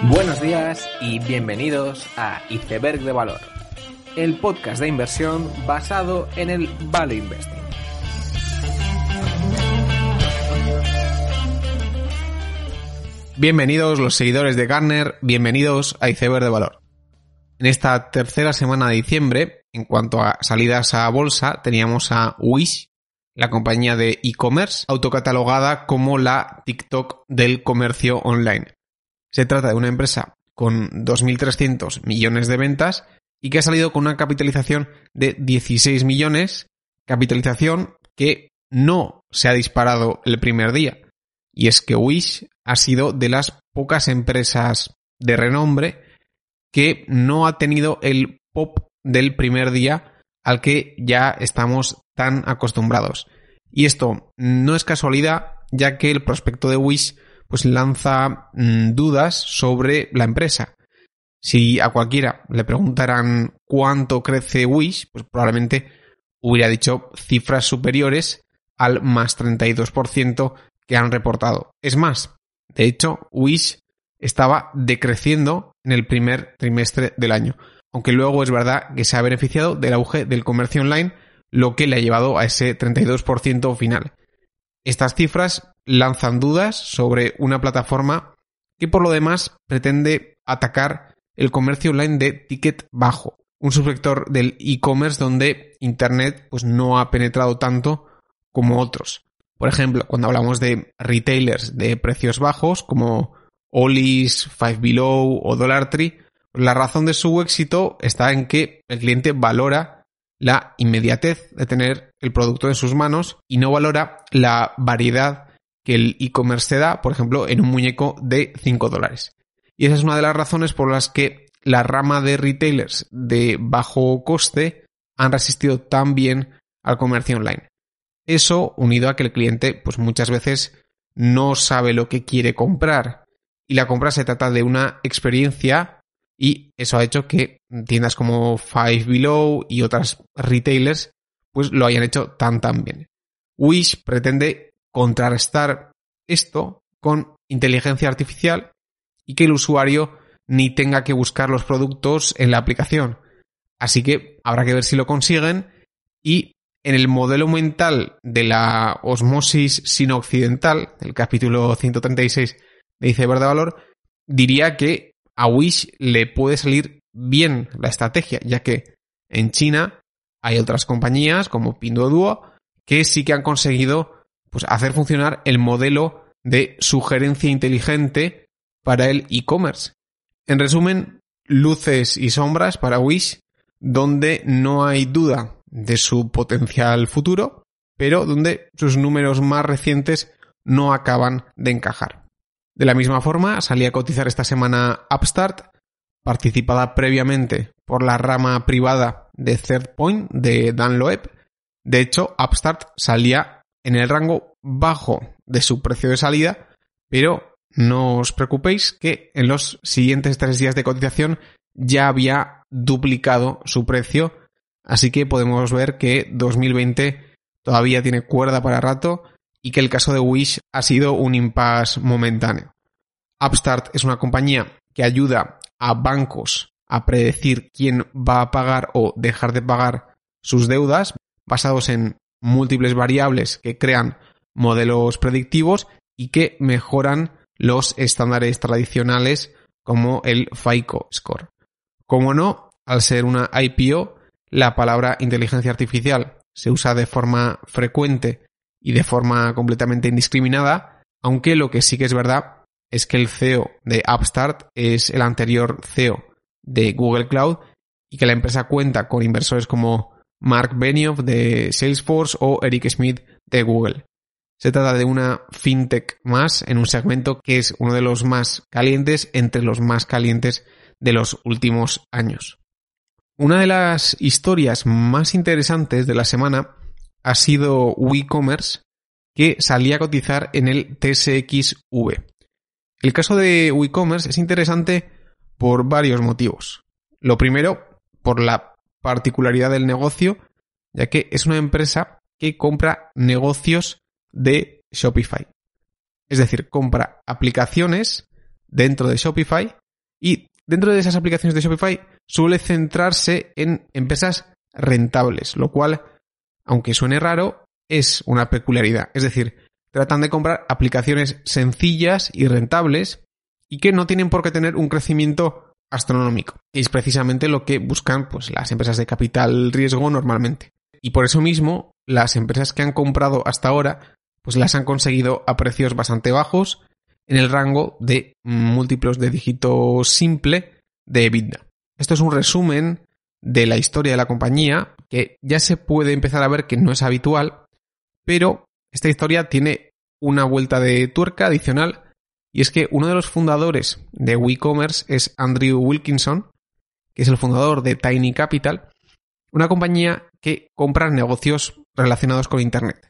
Buenos días y bienvenidos a Iceberg de Valor, el podcast de inversión basado en el Value Investing. Bienvenidos los seguidores de Gartner, bienvenidos a Iceberg de Valor. En esta tercera semana de diciembre, en cuanto a salidas a bolsa, teníamos a Wish, la compañía de e-commerce, autocatalogada como la TikTok del comercio online. Se trata de una empresa con 2.300 millones de ventas y que ha salido con una capitalización de 16 millones, capitalización que no se ha disparado el primer día. Y es que Wish ha sido de las pocas empresas de renombre que no ha tenido el pop del primer día al que ya estamos tan acostumbrados. Y esto no es casualidad, ya que el prospecto de Wish pues lanza dudas sobre la empresa. Si a cualquiera le preguntaran cuánto crece Wish, pues probablemente hubiera dicho cifras superiores al más 32% que han reportado. Es más, de hecho, Wish estaba decreciendo en el primer trimestre del año, aunque luego es verdad que se ha beneficiado del auge del comercio online, lo que le ha llevado a ese 32% final. Estas cifras lanzan dudas sobre una plataforma que por lo demás pretende atacar el comercio online de ticket bajo, un subsector del e-commerce donde Internet pues no ha penetrado tanto como otros. Por ejemplo, cuando hablamos de retailers de precios bajos como Ollie's, Five Below o Dollar Tree, pues la razón de su éxito está en que el cliente valora la inmediatez de tener el producto en sus manos y no valora la variedad que el e-commerce te da, por ejemplo, en un muñeco de $5. Y esa es una de las razones por las que la rama de retailers de bajo coste han resistido tan bien al comercio online. Eso unido a que el cliente pues muchas veces no sabe lo que quiere comprar y la compra se trata de una experiencia y eso ha hecho que tiendas como Five Below y otras retailers pues lo hayan hecho tan bien. Wish pretende contrarrestar esto con inteligencia artificial y que el usuario ni tenga que buscar los productos en la aplicación. Así que habrá que ver si lo consiguen y en el modelo mental de la osmosis sino-occidental, el capítulo 136 de Iceberg de Valor, diría que a Wish le puede salir bien la estrategia, ya que en China hay otras compañías como Pinduoduo que sí que han conseguido pues, hacer funcionar el modelo de sugerencia inteligente para el e-commerce. En resumen, luces y sombras para Wish, donde no hay duda de su potencial futuro, pero donde sus números más recientes no acaban de encajar. De la misma forma, salía a cotizar esta semana Upstart, participada previamente por la rama privada de Third Point de Dan Loeb. De hecho, Upstart salía en el rango bajo de su precio de salida, pero no os preocupéis que en los siguientes 3 días de cotización ya había duplicado su precio, así que podemos ver que 2020 todavía tiene cuerda para rato y que el caso de Wish ha sido un impasse momentáneo. Upstart es una compañía que ayuda a bancos a predecir quién va a pagar o dejar de pagar sus deudas basados en múltiples variables que crean modelos predictivos y que mejoran los estándares tradicionales como el FICO Score. Como no, al ser una IPO, la palabra inteligencia artificial se usa de forma frecuente y de forma completamente indiscriminada, aunque lo que sí que es verdad es que el CEO de Upstart es el anterior CEO de Google Cloud y que la empresa cuenta con inversores como Mark Benioff de Salesforce o Eric Schmidt de Google. Se trata de una fintech más en un segmento que es uno de los más calientes entre los más calientes de los últimos años. Una de las historias más interesantes de la semana ha sido WeCommerce, que salía a cotizar en el TSXV. El caso de WeCommerce es interesante por varios motivos. Lo primero, por la particularidad del negocio, ya que es una empresa que compra negocios de Shopify. Es decir, compra aplicaciones dentro de Shopify Y dentro de esas aplicaciones de Shopify suele centrarse en empresas rentables, lo cual, aunque suene raro, es una peculiaridad. Es decir, tratan de comprar aplicaciones sencillas y rentables y que no tienen por qué tener un crecimiento astronómico. Y es precisamente lo que buscan pues, las empresas de capital riesgo normalmente. Y por eso mismo, las empresas que han comprado hasta ahora pues las han conseguido a precios bastante bajos en el rango de múltiplos de dígito simple de EBITDA. Esto es un resumen de la historia de la compañía que ya se puede empezar a ver que no es habitual, pero esta historia tiene una vuelta de tuerca adicional y es que uno de los fundadores de WooCommerce es Andrew Wilkinson, que es el fundador de Tiny Capital, una compañía que compra negocios relacionados con Internet.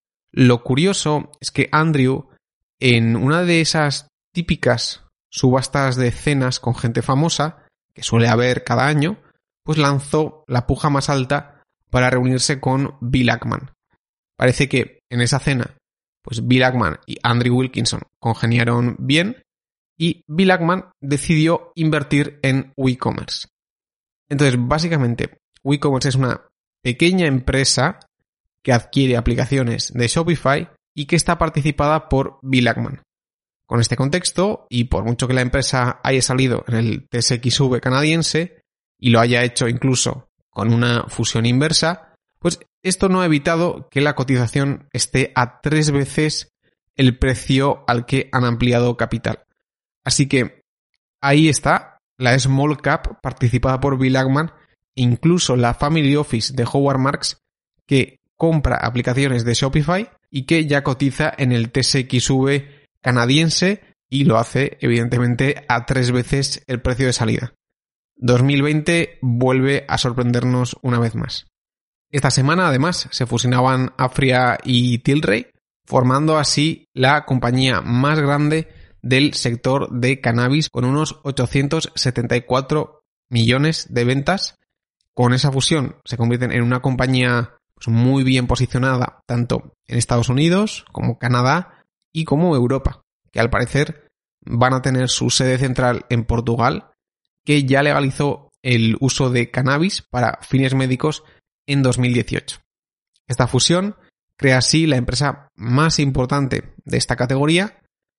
Lo curioso es que Andrew, en una de esas típicas subastas de cenas con gente famosa, que suele haber cada año, pues lanzó la puja más alta para reunirse con Bill Ackman. Parece que en esa cena, pues Bill Ackman y Andrew Wilkinson congeniaron bien y Bill Ackman decidió invertir en WooCommerce. Entonces, básicamente, WooCommerce es una pequeña empresa que adquiere aplicaciones de Shopify y que está participada por Bill Ackman. Con este contexto, y por mucho que la empresa haya salido en el TSXV canadiense y lo haya hecho incluso con una fusión inversa, pues esto no ha evitado que la cotización esté a 3 veces el precio al que han ampliado capital. Así que ahí está la small cap participada por Bill Ackman, incluso la Family Office de Howard Marks, que compra aplicaciones de Shopify y que ya cotiza en el TSXV canadiense y lo hace evidentemente a 3 veces el precio de salida. 2020 vuelve a sorprendernos una vez más. Esta semana además se fusionaban Afria y Tilray, formando así la compañía más grande del sector de cannabis con unos 874 millones de ventas. Con esa fusión se convierten en una compañía pues, muy bien posicionada tanto en Estados Unidos como Canadá y como Europa, que al parecer van a tener su sede central en Portugal, que ya legalizó el uso de cannabis para fines médicos en 2018. Esta fusión crea así la empresa más importante de esta categoría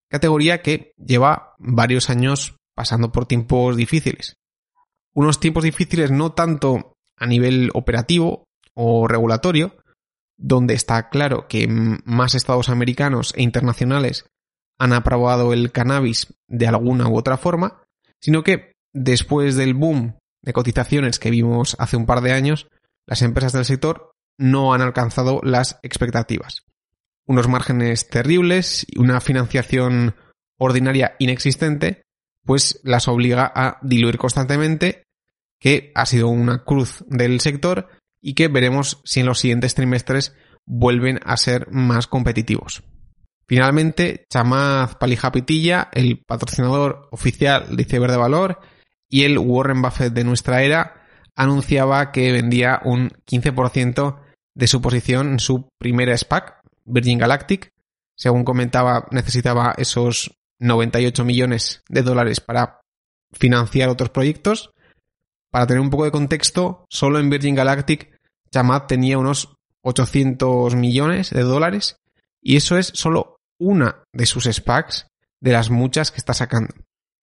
que lleva varios años pasando por tiempos difíciles. Unos tiempos difíciles no tanto a nivel operativo o regulatorio, donde está claro que más estados americanos e internacionales han aprobado el cannabis de alguna u otra forma, sino que después del boom de cotizaciones que vimos hace un par de años, las empresas del sector no han alcanzado las expectativas. Unos márgenes terribles y una financiación ordinaria inexistente, pues las obliga a diluir constantemente, que ha sido una cruz del sector y que veremos si en los siguientes trimestres vuelven a ser más competitivos. Finalmente, Chamath Palihapitiya, el patrocinador oficial de Iceberg de Valor y el Warren Buffett de nuestra era, anunciaba que vendía un 15% de su posición en su primera SPAC, Virgin Galactic. Según comentaba, necesitaba esos 98 millones de dólares para financiar otros proyectos. Para tener un poco de contexto, solo en Virgin Galactic Chamath tenía unos 800 millones de dólares y eso es solo una de sus SPACs de las muchas que está sacando.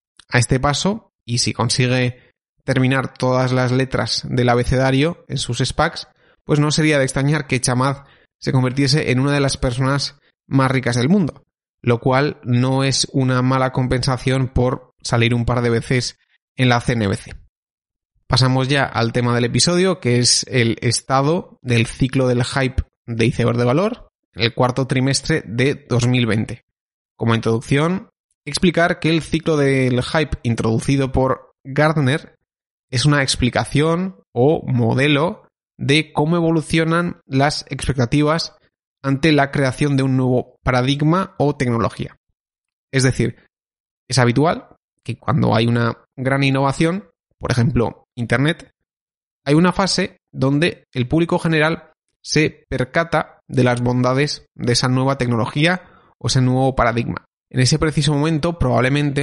A este paso, y si consigue terminar todas las letras del abecedario en sus SPACs, pues no sería de extrañar que Chamath se convirtiese en una de las personas más ricas del mundo, lo cual no es una mala compensación por salir un par de veces en la CNBC. Pasamos ya al tema del episodio, que es el estado del ciclo del hype de Iceberg de Valor, el cuarto trimestre de 2020. Como introducción, explicar que el ciclo del hype introducido por Gartner es una explicación o modelo de cómo evolucionan las expectativas ante la creación de un nuevo paradigma o tecnología. Es decir, es habitual que cuando hay una gran innovación, por ejemplo, Internet, hay una fase donde el público general se percata de las bondades de esa nueva tecnología o ese nuevo paradigma. En ese preciso momento, probablemente,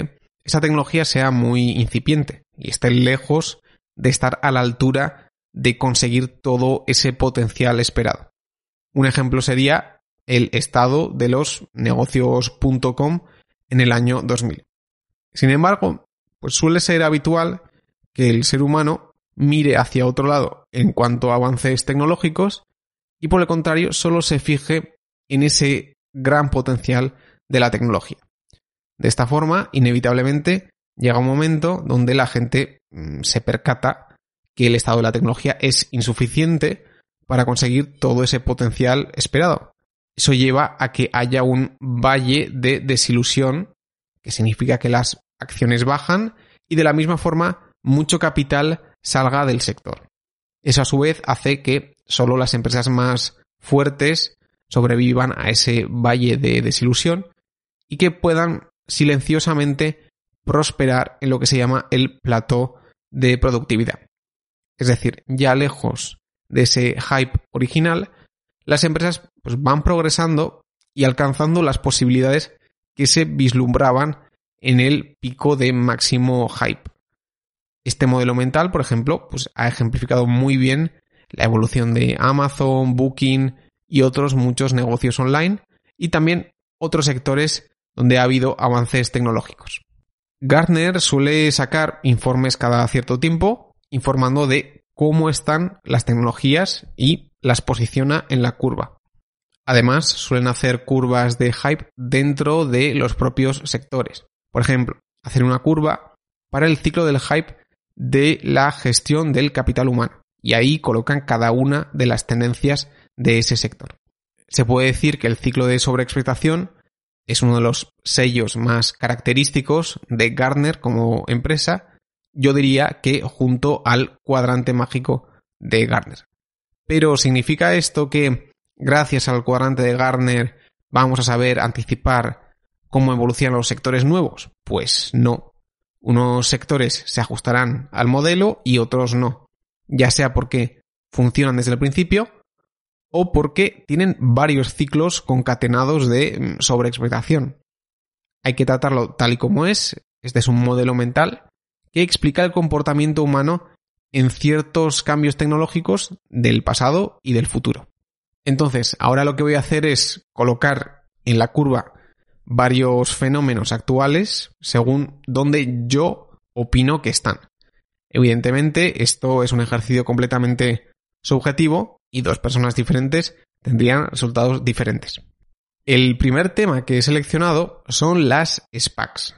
esa tecnología sea muy incipiente y esté lejos de estar a la altura de conseguir todo ese potencial esperado. Un ejemplo sería el estado de los negocios.com en el año 2000. Sin embargo, pues suele ser habitual que el ser humano mire hacia otro lado en cuanto a avances tecnológicos y por el contrario solo se fije en ese gran potencial de la tecnología. De esta forma, inevitablemente, llega un momento donde la gente se percata que el estado de la tecnología es insuficiente para conseguir todo ese potencial esperado. Eso lleva a que haya un valle de desilusión, que significa que las acciones bajan y de la misma forma mucho capital salga del sector. Eso a su vez hace que solo las empresas más fuertes sobrevivan a ese valle de desilusión y que puedan silenciosamente prosperar en lo que se llama el plató de productividad. Es decir, ya lejos de ese hype original, las empresas pues, van progresando y alcanzando las posibilidades que se vislumbraban en el pico de máximo hype. Este modelo mental, por ejemplo, pues, ha ejemplificado muy bien la evolución de Amazon, Booking y otros muchos negocios online y también otros sectores donde ha habido avances tecnológicos. Gartner suele sacar informes cada cierto tiempo informando de cómo están las tecnologías y las posiciona en la curva. Además, suelen hacer curvas de hype dentro de los propios sectores. Por ejemplo, hacer una curva para el ciclo del hype de la gestión del capital humano. Y ahí colocan cada una de las tendencias de ese sector. Se puede decir que el ciclo de sobreexpectación es uno de los sellos más característicos de Gartner como empresa. Yo diría que junto al cuadrante mágico de Gartner. Pero ¿significa esto que gracias al cuadrante de Gartner vamos a saber anticipar cómo evolucionan los sectores nuevos? Pues no. Unos sectores se ajustarán al modelo y otros no, ya sea porque funcionan desde el principio o porque tienen varios ciclos concatenados de sobreexpectación. Hay que tratarlo tal y como es. Este es un modelo mental que explica el comportamiento humano en ciertos cambios tecnológicos del pasado y del futuro. Entonces, ahora lo que voy a hacer es colocar en la curva varios fenómenos actuales según donde yo opino que están. Evidentemente, esto es un ejercicio completamente subjetivo y dos personas diferentes tendrían resultados diferentes. El primer tema que he seleccionado son las SPACs.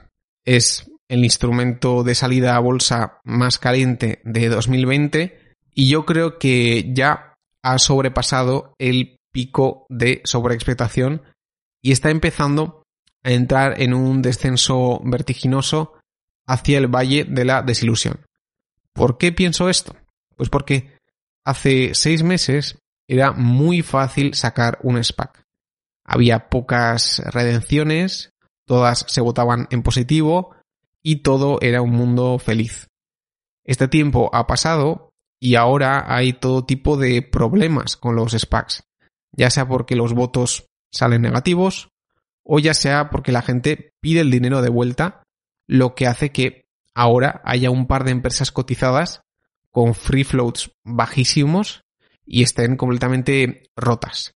Es el instrumento de salida a bolsa más caliente de 2020 y yo creo que ya ha sobrepasado el pico de sobreexpectación y está empezando a entrar en un descenso vertiginoso hacia el valle de la desilusión. ¿Por qué pienso esto? Pues porque hace 6 meses era muy fácil sacar un SPAC. Había pocas redenciones, todas se votaban en positivo y todo era un mundo feliz. Este tiempo ha pasado y ahora hay todo tipo de problemas con los SPACs, ya sea porque los votos salen negativos o ya sea porque la gente pide el dinero de vuelta, lo que hace que ahora haya un par de empresas cotizadas con free floats bajísimos y estén completamente rotas.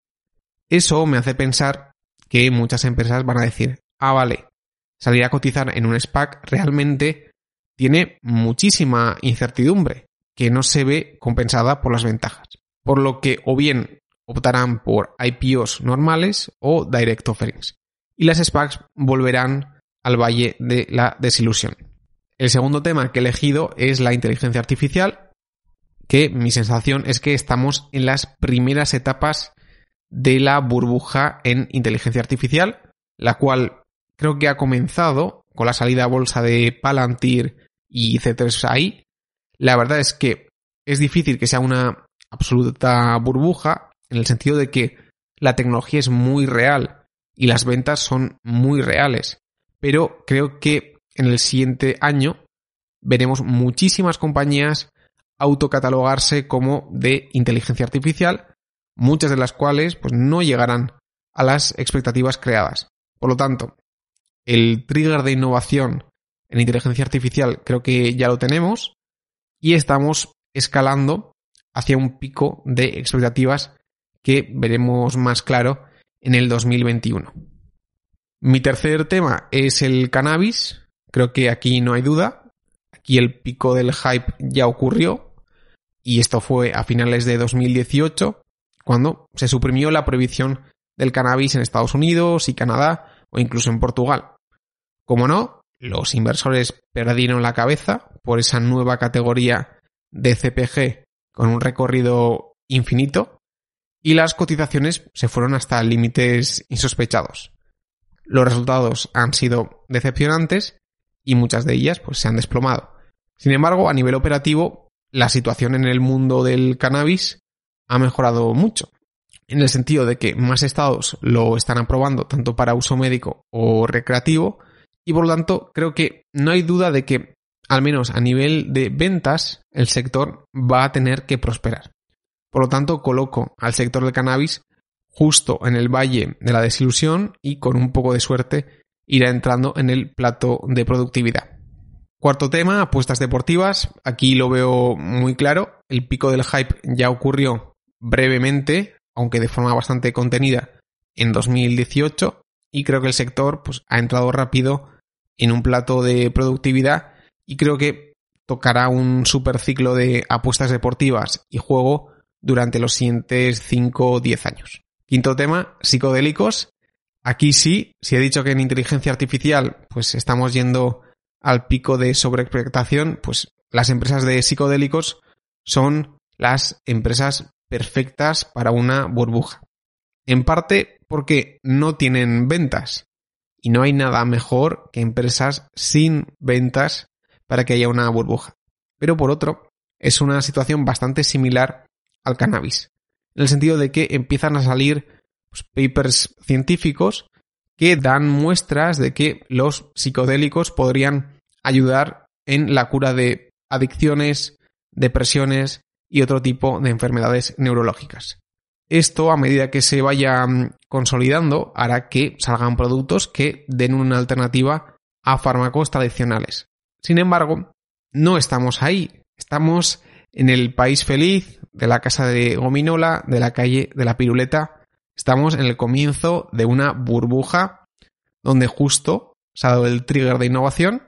Eso me hace pensar que muchas empresas van a decir, vale, salir a cotizar en un SPAC realmente tiene muchísima incertidumbre que no se ve compensada por las ventajas. Por lo que o bien optarán por IPOs normales o direct offerings. Y las SPACs volverán al valle de la desilusión. El segundo tema que he elegido es la inteligencia artificial, que mi sensación es que estamos en las primeras etapas de la burbuja en inteligencia artificial, la cual creo que ha comenzado con la salida a bolsa de Palantir y C3AI. La verdad es que es difícil que sea una absoluta burbuja en el sentido de que la tecnología es muy real y las ventas son muy reales, pero creo que en el siguiente año veremos muchísimas compañías autocatalogarse como de inteligencia artificial, muchas de las cuales pues, no llegarán a las expectativas creadas. Por lo tanto, el trigger de innovación En inteligencia artificial creo que ya lo tenemos y estamos escalando hacia un pico de expectativas que veremos más claro en el 2021. Mi tercer tema es el cannabis. Creo que aquí no hay duda. Aquí el pico del hype ya ocurrió y esto fue a finales de 2018 cuando se suprimió la prohibición del cannabis en Estados Unidos y Canadá o incluso en Portugal. Como no, los inversores perdieron la cabeza por esa nueva categoría de CPG con un recorrido infinito y las cotizaciones se fueron hasta límites insospechados. Los resultados han sido decepcionantes y muchas de ellas pues, se han desplomado. Sin embargo, a nivel operativo, la situación en el mundo del cannabis ha mejorado mucho, en el sentido de que más estados lo están aprobando tanto para uso médico o recreativo y por lo tanto creo que no hay duda de que al menos a nivel de ventas el sector va a tener que prosperar. Por lo tanto coloco al sector del cannabis justo en el valle de la desilusión y con un poco de suerte irá entrando en el plato de productividad. Cuarto tema, apuestas deportivas. Aquí lo veo muy claro. El pico del hype ya ocurrió brevemente, aunque de forma bastante contenida, en 2018 y creo que el sector pues, ha entrado rápido en un plato de productividad y creo que tocará un superciclo de apuestas deportivas y juego durante los siguientes 5 o 10 años. Quinto tema, psicodélicos. Aquí sí, si he dicho que en inteligencia artificial pues estamos yendo al pico de sobreexpectación, pues las empresas de psicodélicos son las empresas perfectas para una burbuja. En parte porque no tienen ventas y no hay nada mejor que empresas sin ventas para que haya una burbuja. Pero por otro, es una situación bastante similar al cannabis, en el sentido de que empiezan a salir pues, papers científicos que dan muestras de que los psicodélicos podrían ayudar en la cura de adicciones, depresiones y otro tipo de enfermedades neurológicas. Esto, a medida que se vaya consolidando, hará que salgan productos que den una alternativa a fármacos tradicionales. Sin embargo, no estamos ahí. Estamos en el país feliz de la casa de gominola, de la calle de la piruleta. Estamos en el comienzo de una burbuja donde justo se ha dado el trigger de innovación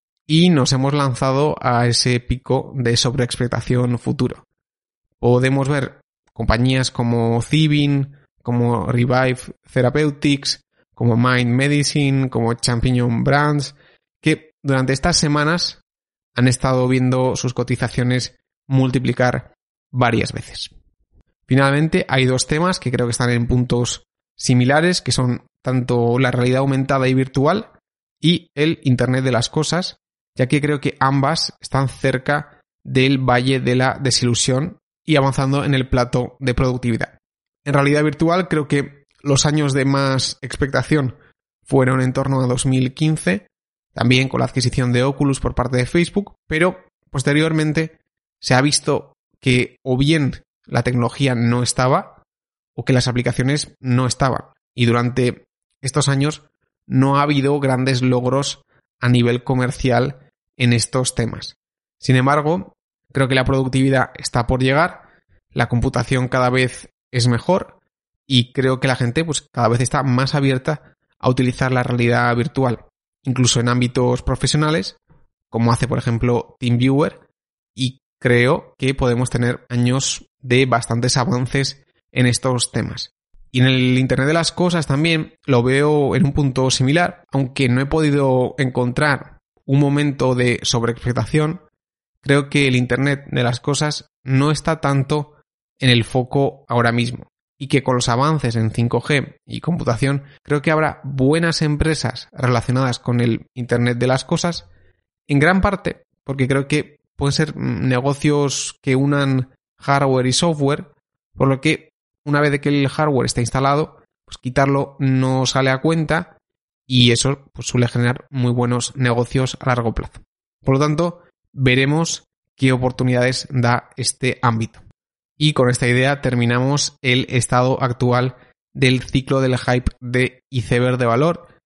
y nos hemos lanzado a ese pico de sobreexpectación futuro. Podemos ver compañías como Cybin, como Revive Therapeutics, como Mind Medicine, como Champignon Brands, que durante estas semanas han estado viendo sus cotizaciones multiplicar varias veces. Finalmente, hay dos temas que creo que están en puntos similares, que son tanto la realidad aumentada y virtual y el Internet de las cosas, ya que creo que ambas están cerca del valle de la desilusión y avanzando en el plato de productividad. En realidad virtual creo que los años de más expectación fueron en torno a 2015, también con la adquisición de Oculus por parte de Facebook, pero posteriormente se ha visto que o bien la tecnología no estaba o que las aplicaciones no estaban. Y durante estos años no ha habido grandes logros a nivel comercial en estos temas. Sin embargo, creo que la productividad está por llegar, la computación cada vez es mejor y creo que la gente pues, cada vez está más abierta a utilizar la realidad virtual, incluso en ámbitos profesionales, como hace por ejemplo TeamViewer, y creo que podemos tener años de bastantes avances en estos temas. Y en el Internet de las cosas también lo veo en un punto similar, aunque no he podido encontrar un momento de sobreexpectación. Creo que el Internet de las cosas no está tanto en el foco ahora mismo y que con los avances en 5G y computación creo que habrá buenas empresas relacionadas con el Internet de las cosas, en gran parte porque creo que pueden ser negocios que unan hardware y software, por lo que una vez que el hardware está instalado, pues quitarlo no sale a cuenta y eso pues, suele generar muy buenos negocios a largo plazo. Por lo tanto, veremos qué oportunidades da este ámbito. Y con esta idea terminamos el estado actual del ciclo del hype de iceberg de valor.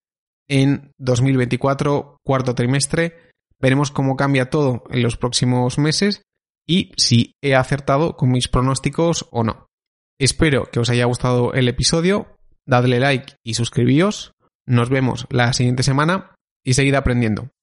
en 2024, cuarto trimestre. Veremos cómo cambia todo en los próximos meses y si he acertado con mis pronósticos o no. Espero que os haya gustado el episodio. Dadle like y suscribíos. Nos vemos la siguiente semana y seguid aprendiendo.